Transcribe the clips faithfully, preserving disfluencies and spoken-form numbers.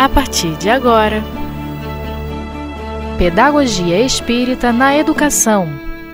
a partir de agora. Pedagogia Espírita na Educação,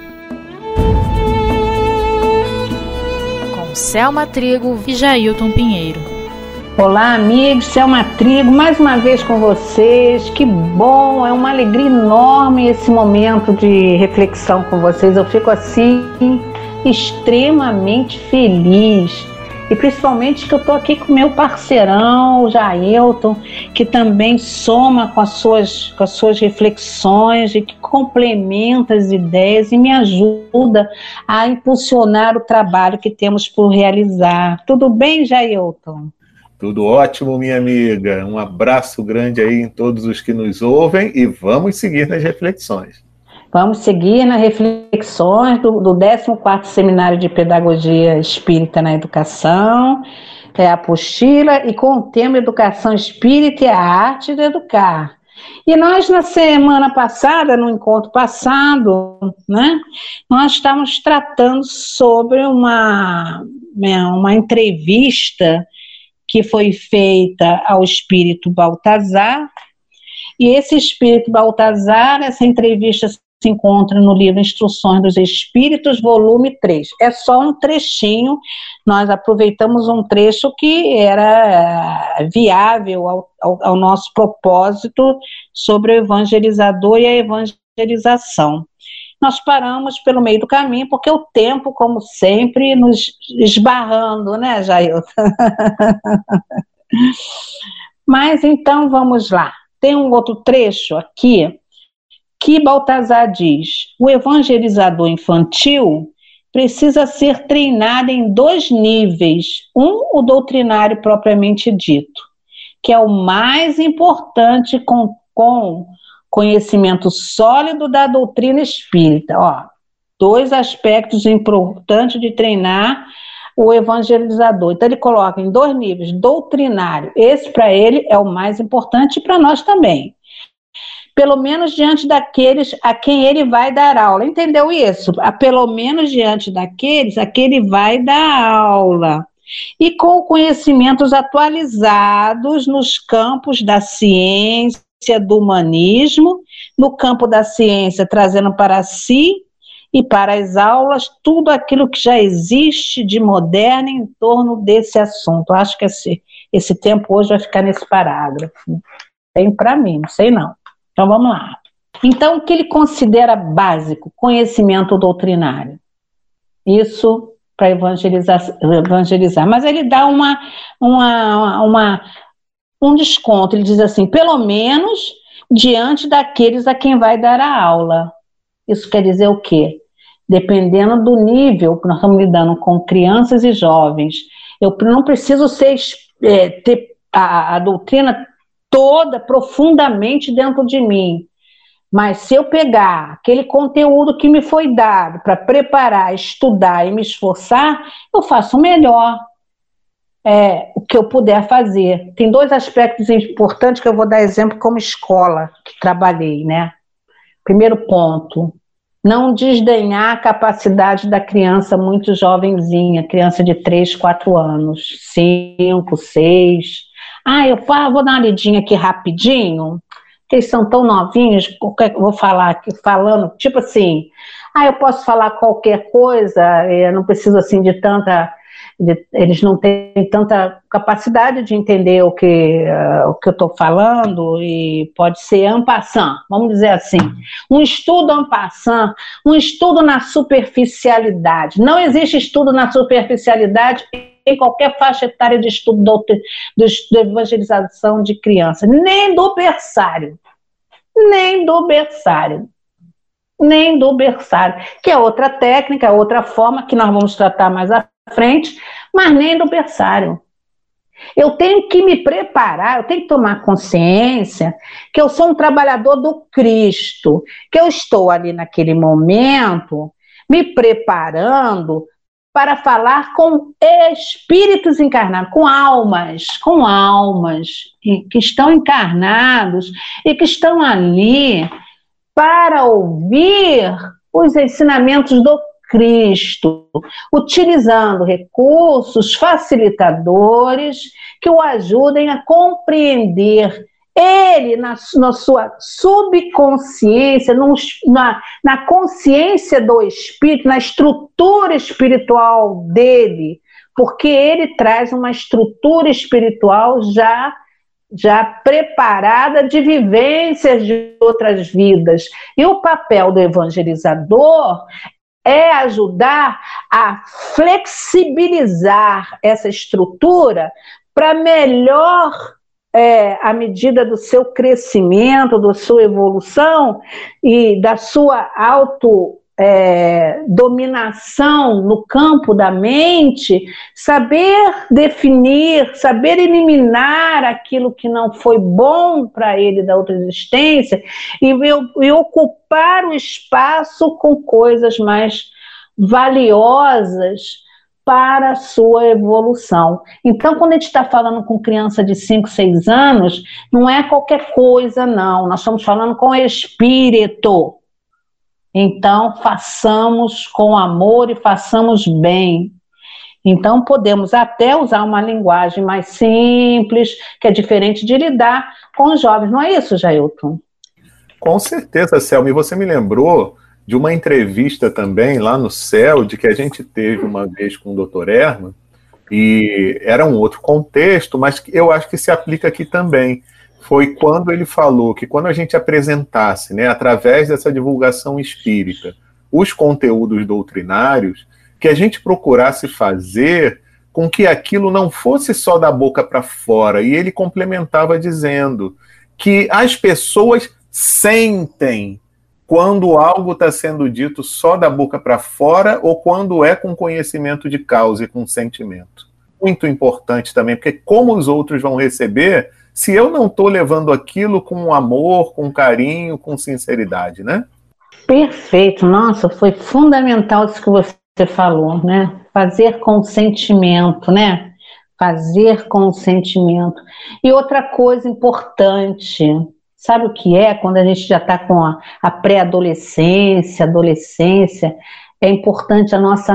com Selma Trigo e Jailton Pinheiro. Olá, amigos, Selma Trigo, mais uma vez com vocês. Que bom, é uma alegria enorme esse momento de reflexão com vocês. Eu fico assim, extremamente feliz. E principalmente que eu estou aqui com o meu parceirão, o Jailton, que também soma com as, suas, com as suas reflexões e que complementa as ideias e me ajuda a impulsionar o trabalho que temos por realizar. Tudo bem, Jailton? Tudo ótimo, minha amiga. Um abraço grande aí em todos os que nos ouvem e vamos seguir nas reflexões. Vamos seguir nas reflexões do, do décimo quarto Seminário de Pedagogia Espírita na Educação, é a apostila, e com o tema Educação Espírita e a Arte de Educar. E nós, na semana passada, no encontro passado, né, nós estávamos tratando sobre uma, uma entrevista que foi feita ao Espírito Baltazar, e esse Espírito Baltazar, essa entrevista se encontra no livro Instruções dos Espíritos, volume três. É só um trechinho, nós aproveitamos um trecho que era viável ao, ao, ao nosso propósito sobre o evangelizador e a evangelização. Nós paramos pelo meio do caminho, porque o tempo, como sempre, nos esbarrando, né, Jailton? Mas então vamos lá. Tem um outro trecho aqui que Baltazar diz: o evangelizador infantil precisa ser treinado em dois níveis. Um, o doutrinário propriamente dito, que é o mais importante, com, com conhecimento sólido da doutrina espírita. Ó, dois aspectos importantes de treinar o evangelizador. Então ele coloca em dois níveis: doutrinário, esse para ele é o mais importante e para nós também. Pelo menos diante daqueles a quem ele vai dar aula. Entendeu isso? A, pelo menos diante daqueles a quem ele vai dar aula. E com conhecimentos atualizados nos campos da ciência, do humanismo, no campo da ciência, trazendo para si e para as aulas tudo aquilo que já existe de moderno em torno desse assunto. Acho que esse, esse tempo hoje vai ficar nesse parágrafo. Tem para mim, não sei não. Então vamos lá. Então, o que ele considera básico? Conhecimento doutrinário. Isso para evangelizar, evangelizar. Mas ele dá uma, uma, uma, um desconto. Ele diz assim: pelo menos diante daqueles a quem vai dar a aula. Isso quer dizer o quê? Dependendo do nível que nós estamos lidando com crianças e jovens, eu não preciso ser, é, ter a, a doutrina toda profundamente dentro de mim, mas se eu pegar aquele conteúdo que me foi dado para preparar, estudar e me esforçar, eu faço melhor é, o que eu puder fazer. Tem dois aspectos importantes que eu vou dar exemplo como escola que trabalhei, né? Primeiro ponto: não desdenhar a capacidade da criança muito jovenzinha, criança de três, quatro anos, cinco, seis. Ah, eu vou dar uma lidinha aqui rapidinho, porque eles são tão novinhos, vou falar aqui, falando, tipo assim, ah, eu posso falar qualquer coisa, eu não preciso assim de tanta, de, eles não têm tanta capacidade de entender o que, uh, o que eu estou falando, e pode ser en passant, vamos dizer assim, um estudo en passant, um estudo na superficialidade. Não existe estudo na superficialidade em qualquer faixa etária de estudo de evangelização de criança, nem do berçário, nem do berçário, nem do berçário, que é outra técnica, outra forma que nós vamos tratar mais à frente, mas nem do berçário. Eu tenho que me preparar, eu tenho que tomar consciência que eu sou um trabalhador do Cristo, que eu estou ali naquele momento me preparando para falar com espíritos encarnados, com almas, com almas que estão encarnados e que estão ali para ouvir os ensinamentos do Cristo, utilizando recursos facilitadores que o ajudem a compreender ele, na, na sua subconsciência, no, na, na consciência do espírito, na estrutura espiritual dele, porque ele traz uma estrutura espiritual já, já preparada de vivências de outras vidas. E o papel do evangelizador é ajudar a flexibilizar essa estrutura para melhor, é, à medida do seu crescimento, da sua evolução e da sua auto É, dominação no campo da mente, saber definir, saber eliminar aquilo que não foi bom para ele da outra existência e, e ocupar o espaço com coisas mais valiosas para a sua evolução. Então, quando a gente está falando com criança de cinco, seis anos, não é qualquer coisa, não. Nós estamos falando com espírito. Então, façamos com amor e façamos bem. Então, podemos até usar uma linguagem mais simples, que é diferente de lidar com os jovens. Não é isso, Jailton? Com certeza, Selma. E você me lembrou de uma entrevista também lá no C E L, de que a gente teve uma vez com o doutor Herman, e era um outro contexto, mas eu acho que se aplica aqui também. Foi quando ele falou que quando a gente apresentasse, né, através dessa divulgação espírita, os conteúdos doutrinários, que a gente procurasse fazer com que aquilo não fosse só da boca para fora. E ele complementava dizendo que as pessoas sentem quando algo está sendo dito só da boca para fora ou quando é com conhecimento de causa e com sentimento. Muito importante também, porque como os outros vão receber se eu não estou levando aquilo com amor, com carinho, com sinceridade, né? Perfeito. Nossa, foi fundamental isso que você falou, né? Fazer com sentimento, né? Fazer com sentimento. E outra coisa importante, sabe o que é? Quando a gente já está com a, a pré-adolescência, adolescência, é importante a nossa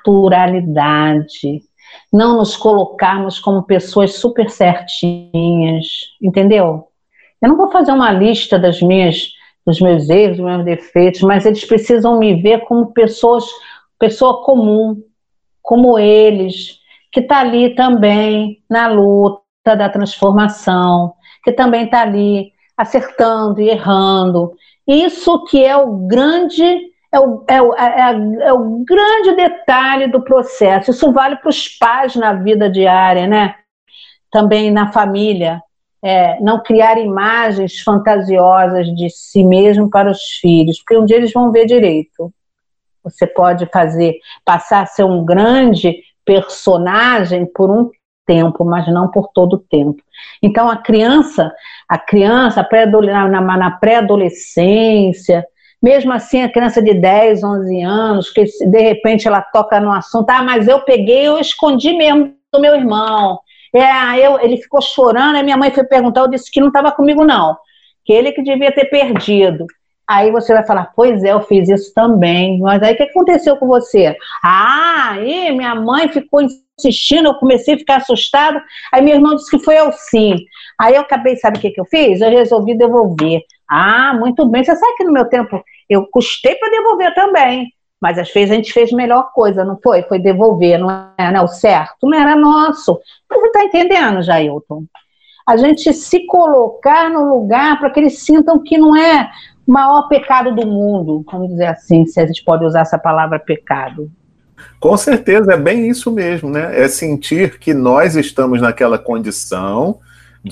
naturalidade. Não nos colocarmos como pessoas super certinhas, entendeu? Eu não vou fazer uma lista das minhas, dos meus erros, dos meus defeitos, mas eles precisam me ver como pessoas, pessoa comum, como eles, que está ali também na luta da transformação, que também está ali acertando e errando. Isso que é o grande... É o, é, o, é, é o grande detalhe do processo. Isso vale para os pais na vida diária, né? Também na família. É, não criar imagens fantasiosas de si mesmo para os filhos, porque um dia eles vão ver direito. Você pode fazer, passar a ser um grande personagem por um tempo, mas não por todo o tempo. Então a criança, a criança na, na pré-adolescência, mesmo assim, a criança de dez, onze anos, que de repente ela toca no assunto, ah, mas eu peguei, eu escondi mesmo do meu irmão. É, eu, ele ficou chorando, aí minha mãe foi perguntar, eu disse que não estava comigo não, que ele que devia ter perdido. Aí você vai falar, pois é, eu fiz isso também, mas aí o que aconteceu com você? Ah, aí minha mãe ficou insistindo, eu comecei a ficar assustada, aí meu irmão disse que foi eu sim. Aí eu acabei, sabe o que, que eu fiz? Eu resolvi devolver. Ah, muito bem, você sabe que no meu tempo eu custei para devolver também, mas às vezes a gente fez melhor coisa, não foi? Foi devolver, não é, não, o certo não era nosso. Você está entendendo, Jailton? A gente se colocar no lugar para que eles sintam que não é o maior pecado do mundo, vamos dizer assim, se a gente pode usar essa palavra pecado. Com certeza, é bem isso mesmo, né? É sentir que nós estamos naquela condição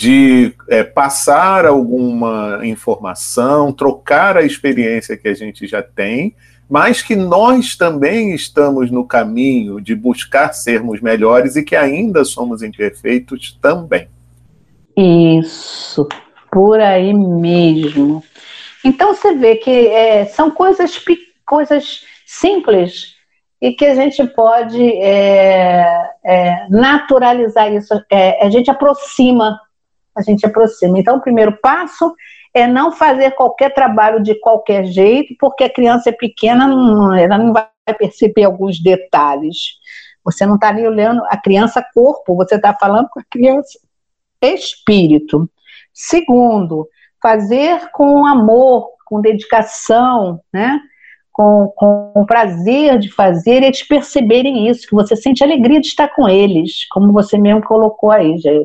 de é, passar alguma informação, trocar a experiência que a gente já tem, mas que nós também estamos no caminho de buscar sermos melhores e que ainda somos imperfeitos também. Isso, por aí mesmo. Então você vê que é, são coisas, coisas simples e que a gente pode é, é, naturalizar isso, é, a gente aproxima, a gente aproxima. Então o primeiro passo é não fazer qualquer trabalho de qualquer jeito, porque a criança é pequena, não, ela não vai perceber alguns detalhes. Você não está ali olhando a criança corpo, você está falando com a criança espírito. Segundo, fazer com amor, com dedicação, né? Com, com o prazer de fazer e eles perceberem isso, que você sente alegria de estar com eles, como você mesmo colocou aí, Jair.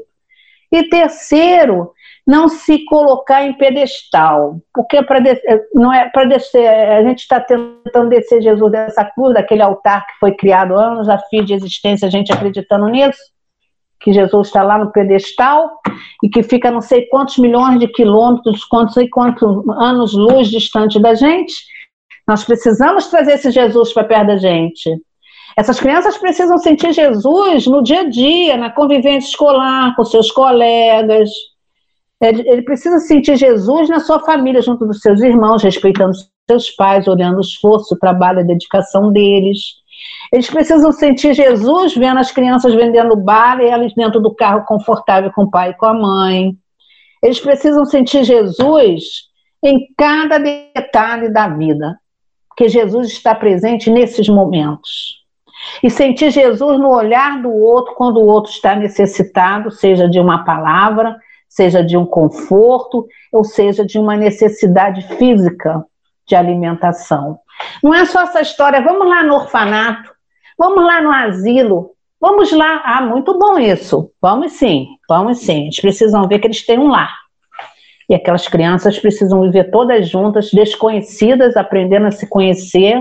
E terceiro, não se colocar em pedestal, porque pra de, não é para descer, a gente está tentando descer Jesus dessa cruz, daquele altar que foi criado anos a fim de existência, a gente acreditando nisso, que Jesus está lá no pedestal e que fica não sei quantos milhões de quilômetros, quantos e quantos anos-luz distante da gente. Nós precisamos trazer esse Jesus para perto da gente. Essas crianças precisam sentir Jesus no dia a dia, na convivência escolar, com seus colegas. Ele, ele precisa sentir Jesus na sua família, junto dos seus irmãos, respeitando seus pais, olhando o esforço, o trabalho, a dedicação deles. Eles precisam sentir Jesus vendo as crianças vendendo bala e elas dentro do carro confortável com o pai e com a mãe. Eles precisam sentir Jesus em cada detalhe da vida, porque Jesus está presente nesses momentos. E sentir Jesus no olhar do outro quando o outro está necessitado, seja de uma palavra, seja de um conforto, ou seja de uma necessidade física de alimentação. Não é só essa história, vamos lá no orfanato, vamos lá no asilo, vamos lá, ah, muito bom isso, vamos sim, vamos sim, eles precisam ver que eles têm um lar. E aquelas crianças precisam viver todas juntas, desconhecidas, aprendendo a se conhecer,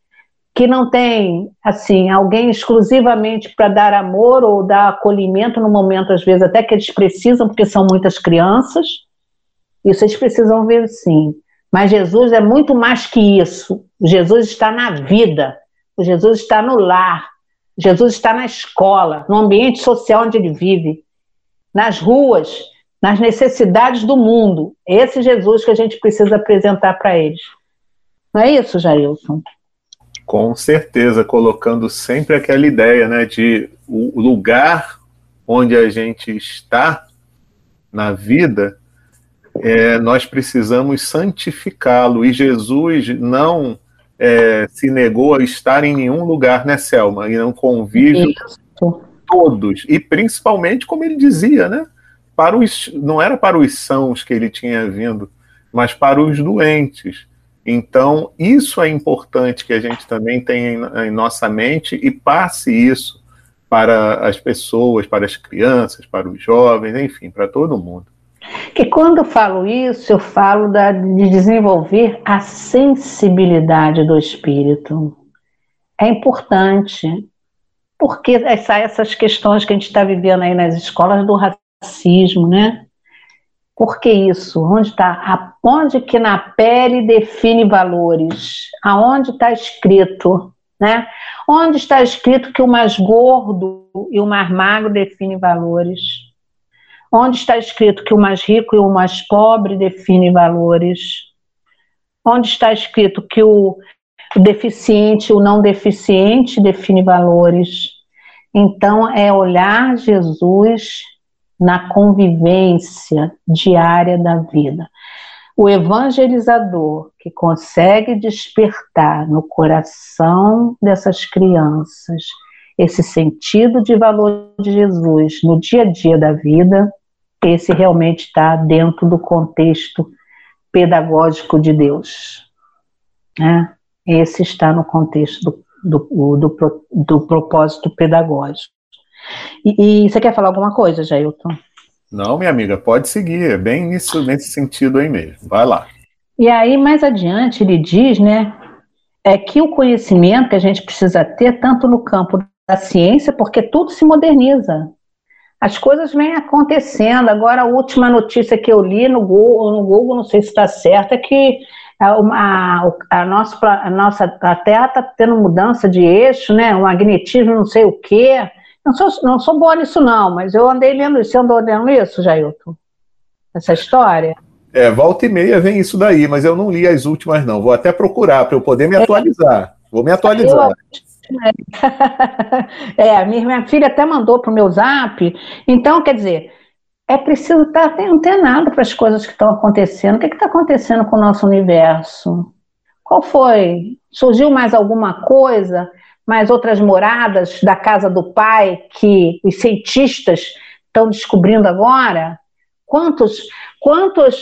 que não tem, assim, alguém exclusivamente para dar amor ou dar acolhimento no momento, às vezes, até que eles precisam, porque são muitas crianças. Isso eles precisam ver, sim. Mas Jesus é muito mais que isso. Jesus está na vida, o Jesus está no lar, Jesus está na escola, no ambiente social onde ele vive, nas ruas, nas necessidades do mundo. Esse Jesus que a gente precisa apresentar para eles. Não é isso, Jailson? Com certeza, colocando sempre aquela ideia, né, de o lugar onde a gente está na vida, é, nós precisamos santificá-lo, e Jesus não é, se negou a estar em nenhum lugar, né, Selma? E não convive com todos, e principalmente, como ele dizia, né, para os, não era para os sãos que ele tinha vindo, mas para os doentes. Então, isso é importante que a gente também tenha em, em nossa mente e passe isso para as pessoas, para as crianças, para os jovens, enfim, para todo mundo. Que quando eu falo isso, eu falo da, de desenvolver a sensibilidade do espírito. É importante, porque essa, essas questões que a gente está vivendo aí nas escolas do racismo, né? Por que isso? Onde está? Onde que na pele define valores? Aonde está escrito, né? Onde está escrito que o mais gordo e o mais magro definem valores? Onde está escrito que o mais rico e o mais pobre definem valores? Onde está escrito que o deficiente e o não deficiente definem valores? Então, é olhar Jesus na convivência diária da vida. O evangelizador que consegue despertar no coração dessas crianças esse sentido de valor de Jesus no dia a dia da vida, esse realmente está dentro do contexto pedagógico de Deus, né? Esse está no contexto do, do, do, do propósito pedagógico. E, e você quer falar alguma coisa, Jailton? Não, minha amiga, pode seguir, é bem nisso, nesse sentido aí mesmo, vai lá. E aí, mais adiante, ele diz, né, é que o conhecimento que a gente precisa ter, tanto no campo da ciência, porque tudo se moderniza, as coisas vêm acontecendo. Agora, a última notícia que eu li no Google, no Google não sei se está certa, é que a, a, a, nossa, a nossa a Terra está tendo mudança de eixo, né, um magnetismo não sei o quê. Não sou, não sou boa nisso não, mas eu andei lendo isso. Você andou lendo isso, Jailton? Essa história? É, volta e meia vem isso daí, mas eu não li as últimas não. Vou até procurar para eu poder me atualizar. Vou me atualizar. É, a minha, minha filha até mandou para o meu zap. Então, quer dizer, é preciso estar antenado para as coisas que estão acontecendo. O que está acontecendo com o nosso universo? Qual foi? Surgiu mais alguma coisa? Mais outras moradas da casa do pai que os cientistas estão descobrindo agora? Quantos, quantos,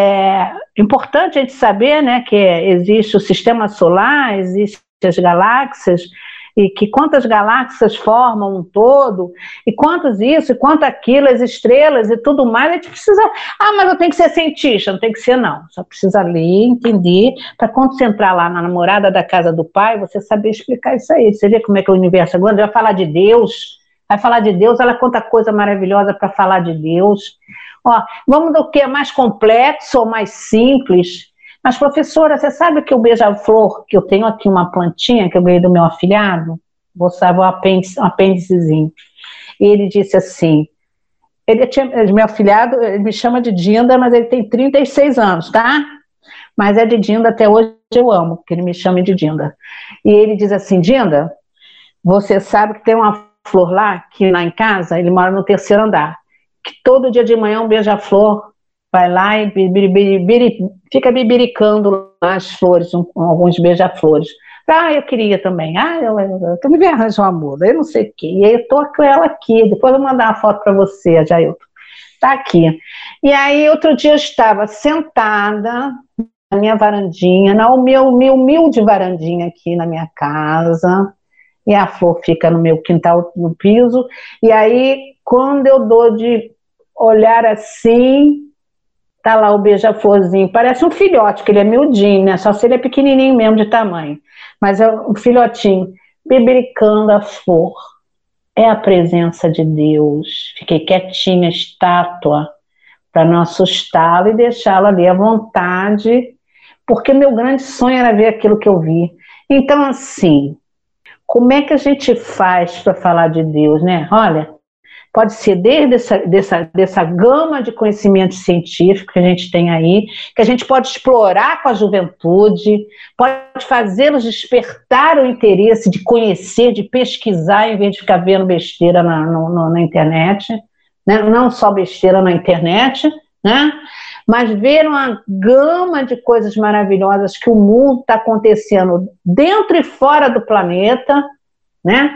é importante a gente saber, né, que existe o sistema solar, existem as galáxias, e que quantas galáxias formam um todo, e quantos isso, e quanto aquilo, as estrelas e tudo mais, a gente precisa, ah, mas eu tenho que ser cientista, não tem que ser não, só precisa ler, entender, para quando você entrar lá na namorada da casa do pai, você saber explicar isso aí, você vê como é que é o universo agora, vai falar de Deus, vai falar de Deus, ela conta coisa maravilhosa para falar de Deus. Ó, vamos do que é mais complexo ou mais simples? Mas, professora, você sabe que o beija-flor, que eu tenho aqui uma plantinha que eu ganhei do meu afilhado, vou saber o apêndice, um apêndicezinho, e ele disse assim, ele tinha, meu afilhado, ele me chama de Dinda, mas ele tem trinta e seis anos, tá? Mas é de Dinda, até hoje eu amo, que ele me chame de Dinda. E ele diz assim, Dinda, você sabe que tem uma flor lá, que lá em casa, ele mora no terceiro andar, que todo dia de manhã um beija-flor vai lá e biri, biri, fica bibiricando as flores, um, alguns beija-flores. Ah, eu queria também. Ah, eu, eu, eu, eu me arranjo uma muda, eu não sei o quê. E aí eu tô com ela aqui, depois eu vou mandar uma foto para você, Jailton. Tá aqui. E aí outro dia eu estava sentada na minha varandinha, na meu, meu humilde varandinha aqui na minha casa, e a flor fica no meu quintal, no piso, e aí quando eu dou de olhar assim, tá lá o beija-florzinho, parece um filhote, que ele é miudinho, né? Só se ele é pequenininho mesmo de tamanho. Mas é um filhotinho, bebericando a flor. É a presença de Deus. Fiquei quietinha, estátua, para não assustá-lo e deixá-lo ali à vontade, porque meu grande sonho era ver aquilo que eu vi. Então, assim, como é que a gente faz para falar de Deus, né? Olha, pode ser desde essa, dessa, dessa gama de conhecimento científico que a gente tem aí, que a gente pode explorar com a juventude, pode fazê-los despertar o interesse de conhecer, de pesquisar, em vez de ficar vendo besteira na, no, na internet, né? Não só besteira na internet, né? Mas ver uma gama de coisas maravilhosas que o mundo está acontecendo dentro e fora do planeta, né?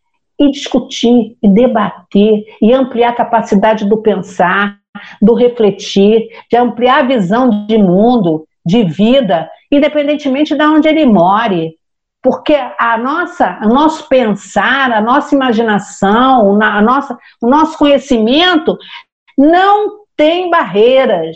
E discutir, e debater, e ampliar a capacidade do pensar, do refletir, de ampliar a visão de mundo, de vida, independentemente de onde ele more. Porque a nossa, o nosso pensar, a nossa imaginação, a nossa, o nosso conhecimento não tem barreiras.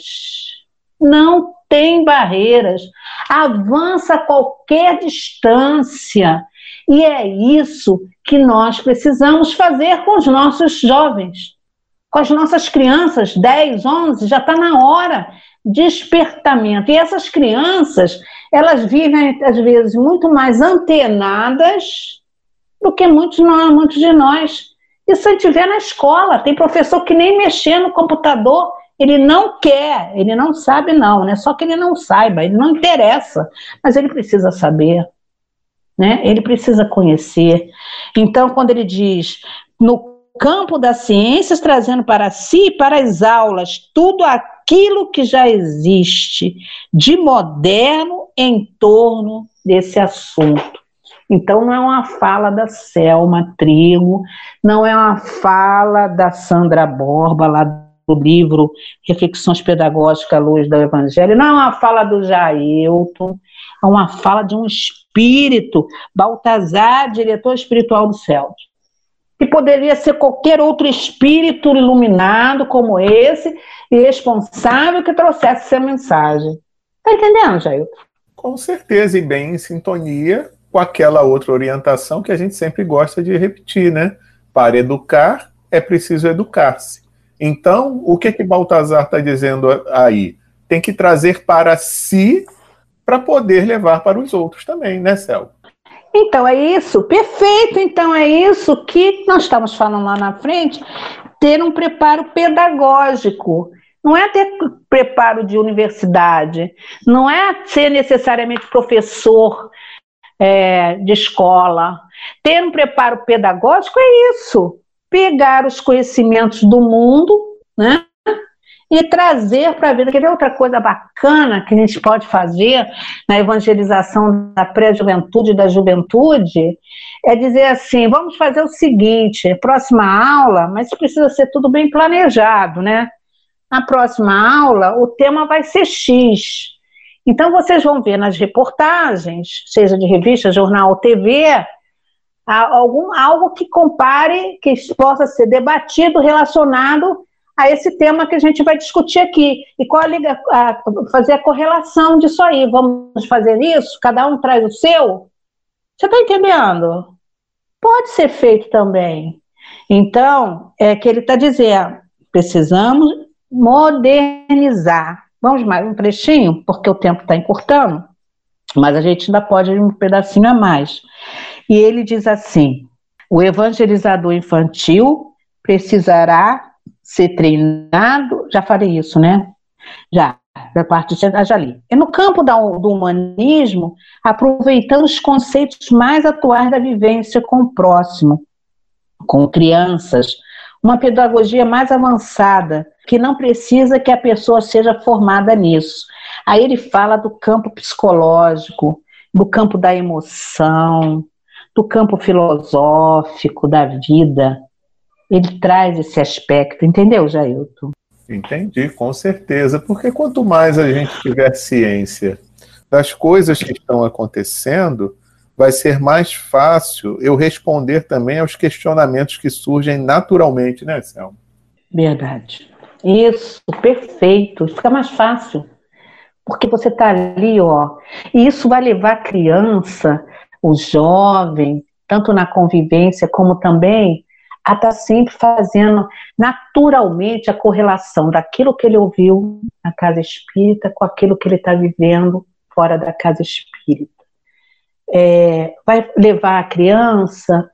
Não tem barreiras. Avança a qualquer distância. E é isso que nós precisamos fazer com os nossos jovens, com as nossas crianças, dez, onze, já está na hora de despertamento. E essas crianças, elas vivem, às vezes, muito mais antenadas do que muitos, muitos de nós. Isso a gente vê na escola, tem professor que nem mexer no computador, ele não quer, ele não sabe não, não é só que ele não saiba, ele não interessa, mas ele precisa saber. Né? Ele precisa conhecer. Então, quando ele diz, no campo das ciências, trazendo para si e para as aulas tudo aquilo que já existe de moderno em torno desse assunto. Então, não é uma fala da Selma Trigo, não é uma fala da Sandra Borba, lá do livro Reflexões Pedagógicas à Luz do Evangelho, não é uma fala do Jailton, é uma fala de um espírito, Baltazar, diretor espiritual do C E L D, que poderia ser qualquer outro espírito iluminado como esse e responsável que trouxesse essa mensagem. Está entendendo, Jailton? Com certeza, e bem em sintonia com aquela outra orientação que a gente sempre gosta de repetir, né? Para educar, é preciso educar-se. Então, o que que Baltazar está dizendo aí? Tem que trazer para si para poder levar para os outros também, né, Cel? Então, é isso, perfeito, então é isso que nós estamos falando lá na frente, ter um preparo pedagógico, não é ter preparo de universidade, não é ser necessariamente professor é, de escola, ter um preparo pedagógico é isso, pegar os conhecimentos do mundo, né? E trazer para a vida. Quer ver outra coisa bacana que a gente pode fazer na evangelização da pré-juventude e da juventude? É dizer assim, vamos fazer o seguinte, próxima aula, mas precisa ser tudo bem planejado, né? na próxima aula o tema vai ser X. Então vocês vão ver nas reportagens, seja de revista, jornal ou T V, algum, algo que compare, que possa ser debatido relacionado a esse tema que a gente vai discutir aqui. E qual a, a, fazer a correlação disso aí. Vamos fazer isso? Cada um traz o seu? Você está entendendo? Pode ser feito também. Então, é que ele está dizendo, precisamos modernizar. Vamos mais um trechinho, porque o tempo está encurtando, mas a gente ainda pode ir um pedacinho a mais. E ele diz assim, o evangelizador infantil precisará ser treinado, já falei isso, né? Já, da parte de já li. E no campo da, do humanismo, aproveitando os conceitos mais atuais da vivência com o próximo, com crianças, uma pedagogia mais avançada, que não precisa que a pessoa seja formada nisso. Aí ele fala do campo psicológico, do campo da emoção, do campo filosófico da vida. Ele traz esse aspecto, entendeu, Jailton? Entendi, com certeza, porque quanto mais a gente tiver ciência das coisas que estão acontecendo, vai ser mais fácil eu responder também aos questionamentos que surgem naturalmente, né, Selma? Verdade. Isso, perfeito. Fica mais fácil, porque você está ali, ó, e isso vai levar a criança, o jovem, tanto na convivência como também a estar sempre fazendo naturalmente a correlação daquilo que ele ouviu na casa espírita com aquilo que ele está vivendo fora da casa espírita. É, vai levar a criança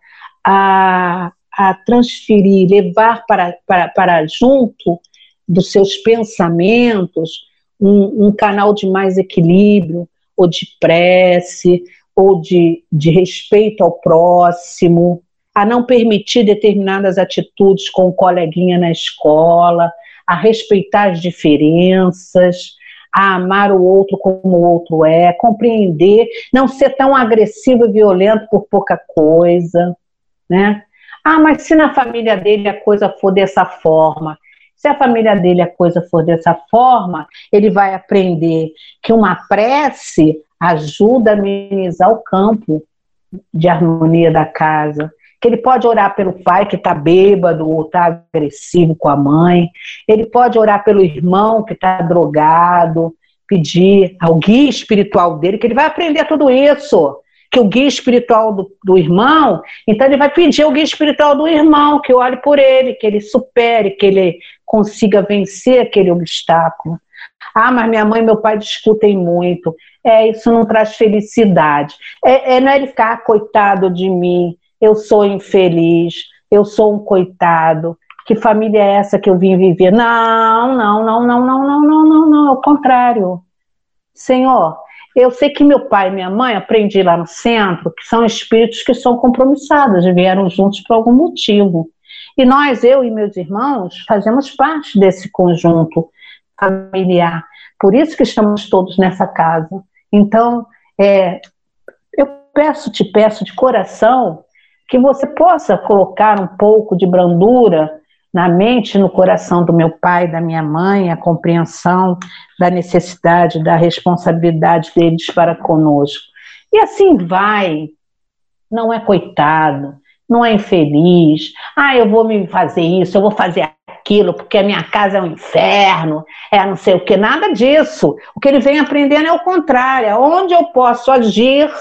a, a transferir, levar para, para, para junto dos seus pensamentos um, um canal de mais equilíbrio, ou de prece, ou de, de respeito ao próximo, a não permitir determinadas atitudes com o coleguinha na escola, a respeitar as diferenças, a amar o outro como o outro é, compreender, não ser tão agressivo e violento por pouca coisa, né? Ah, mas se na família dele a coisa for dessa forma, se a família dele a coisa for dessa forma, ele vai aprender que uma prece ajuda a amenizar o campo de harmonia da casa, que ele pode orar pelo pai que está bêbado ou está agressivo com a mãe, ele pode orar pelo irmão que está drogado, pedir ao guia espiritual dele, que ele vai aprender tudo isso, que o guia espiritual do, do irmão, então ele vai pedir ao guia espiritual do irmão que olhe por ele, que ele supere, que ele consiga vencer aquele obstáculo. Ah, mas minha mãe e meu pai discutem muito. É, isso não traz felicidade. É, é, não é ele ficar, ah, coitado de mim, eu sou infeliz, eu sou um coitado, que família é essa que eu vim viver? Não, não, não, não, não, não, não, não, não, é o contrário. Senhor, eu sei que meu pai e minha mãe, aprendi lá no centro, que são espíritos que são compromissados, vieram juntos por algum motivo. E nós, eu e meus irmãos, fazemos parte desse conjunto familiar. Por isso que estamos todos nessa casa. Então, é, eu peço, te peço de coração que você possa colocar um pouco de brandura na mente e no coração do meu pai, da minha mãe, a compreensão da necessidade, da responsabilidade deles para conosco. E assim vai. Não é coitado, não é infeliz. Ah, eu vou me fazer isso, eu vou fazer aquilo, porque a minha casa é um inferno, é não sei o que, nada disso. O que ele vem aprendendo é o contrário, onde eu posso agir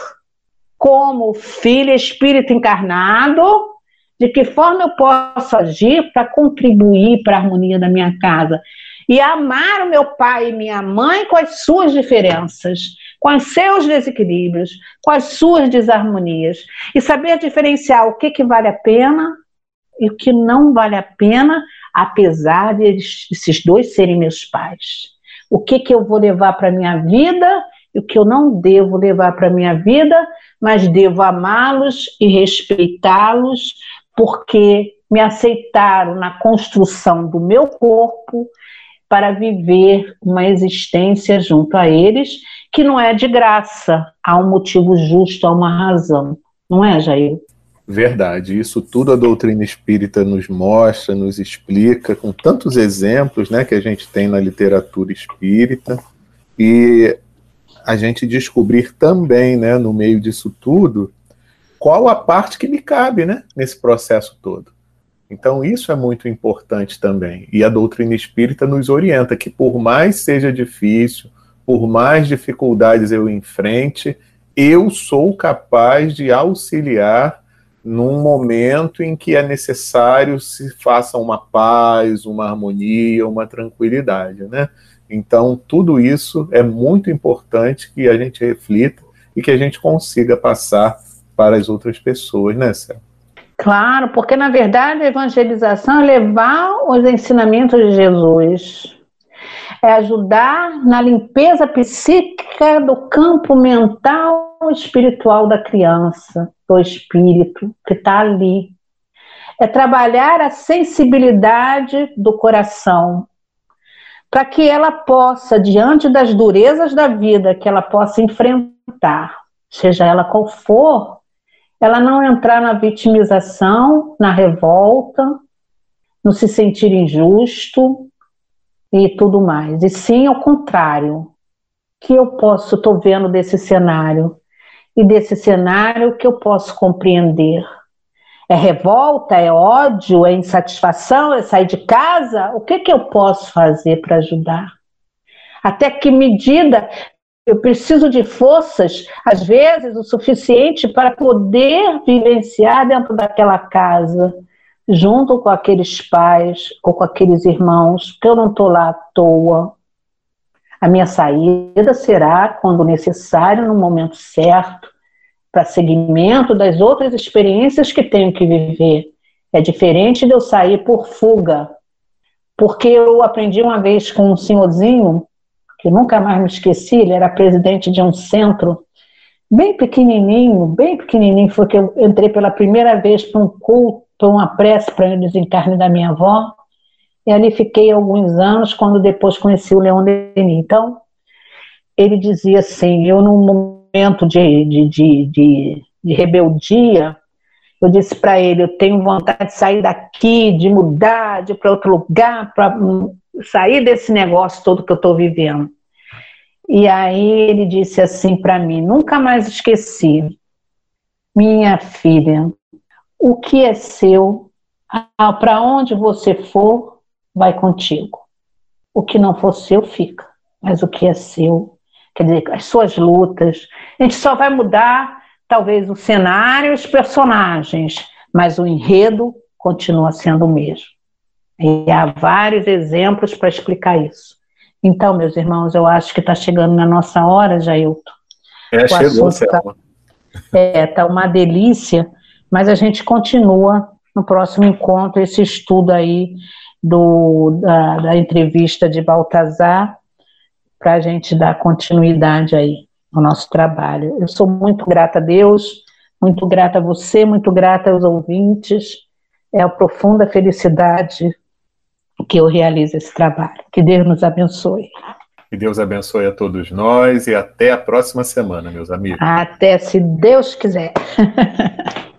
como filho espírito encarnado, de que forma eu posso agir para contribuir para a harmonia da minha casa. E amar o meu pai e minha mãe com as suas diferenças, com os seus desequilíbrios, com as suas desarmonias. E saber diferenciar o que, que vale a pena e o que não vale a pena, apesar de eles, esses dois serem meus pais. O que, que eu vou levar para a minha vida e o que eu não devo levar para a minha vida, mas devo amá-los e respeitá-los, porque me aceitaram na construção do meu corpo para viver uma existência junto a eles, que não é de graça, há um motivo justo, há uma razão. Não é, Jair? Verdade, isso tudo a doutrina espírita nos mostra, nos explica, com tantos exemplos, né, que a gente tem na literatura espírita, e a gente descobrir também, né, no meio disso tudo, qual a parte que me cabe, né, nesse processo todo. Então isso é muito importante também, e a doutrina espírita nos orienta que por mais seja difícil, por mais dificuldades eu enfrente, eu sou capaz de auxiliar num momento em que é necessário se faça uma paz, uma harmonia, uma tranquilidade, né? Então, tudo isso é muito importante que a gente reflita e que a gente consiga passar para as outras pessoas, né, Célia? Claro, porque na verdade a evangelização é levar os ensinamentos de Jesus, é ajudar na limpeza psíquica do campo mental e espiritual da criança, do espírito que está ali. É trabalhar a sensibilidade do coração, para que ela possa, diante das durezas da vida, que ela possa enfrentar, seja ela qual for, ela não entrar na vitimização, na revolta, no se sentir injusto e tudo mais. E sim, ao contrário, que eu posso, estou vendo desse cenário, e desse cenário que eu posso compreender. É revolta, é ódio, é insatisfação, é sair de casa? O que, que eu posso fazer para ajudar? Até que medida eu preciso de forças, às vezes, o suficiente para poder vivenciar dentro daquela casa, junto com aqueles pais ou com aqueles irmãos, porque eu não estou lá à toa. A minha saída será, quando necessário, no momento certo, para seguimento das outras experiências que tenho que viver. É diferente de eu sair por fuga, porque eu aprendi uma vez com um senhorzinho, que nunca mais me esqueci, ele era presidente de um centro, bem pequenininho, bem pequenininho, foi que eu entrei pela primeira vez para um culto, para uma prece para o desencarne da minha avó, e ali fiquei alguns anos, quando depois conheci o Leon Denis. Então, ele dizia assim, eu num momento de, de, de, de, de rebeldia, eu disse para ele, eu tenho vontade de sair daqui, de mudar, de ir para outro lugar, para sair desse negócio todo que eu estou vivendo. E aí ele disse assim para mim, nunca mais esqueci, minha filha, o que é seu, para onde você for, vai contigo. O que não for seu, fica. Mas o que é seu, quer dizer, as suas lutas, a gente só vai mudar talvez o cenário e os personagens, mas o enredo continua sendo o mesmo. E há vários exemplos para explicar isso. Então, meus irmãos, eu acho que está chegando na nossa hora, Jailton. É, chegou, Selma. É, está uma delícia, mas a gente continua no próximo encontro, esse estudo aí do, da, da entrevista de Baltazar, para a gente dar continuidade aí no nosso trabalho. Eu sou muito grata a Deus, muito grata a você, muito grata aos ouvintes. É a profunda felicidade que eu realizo esse trabalho. Que Deus nos abençoe. Que Deus abençoe a todos nós e até a próxima semana, meus amigos. Até, se Deus quiser.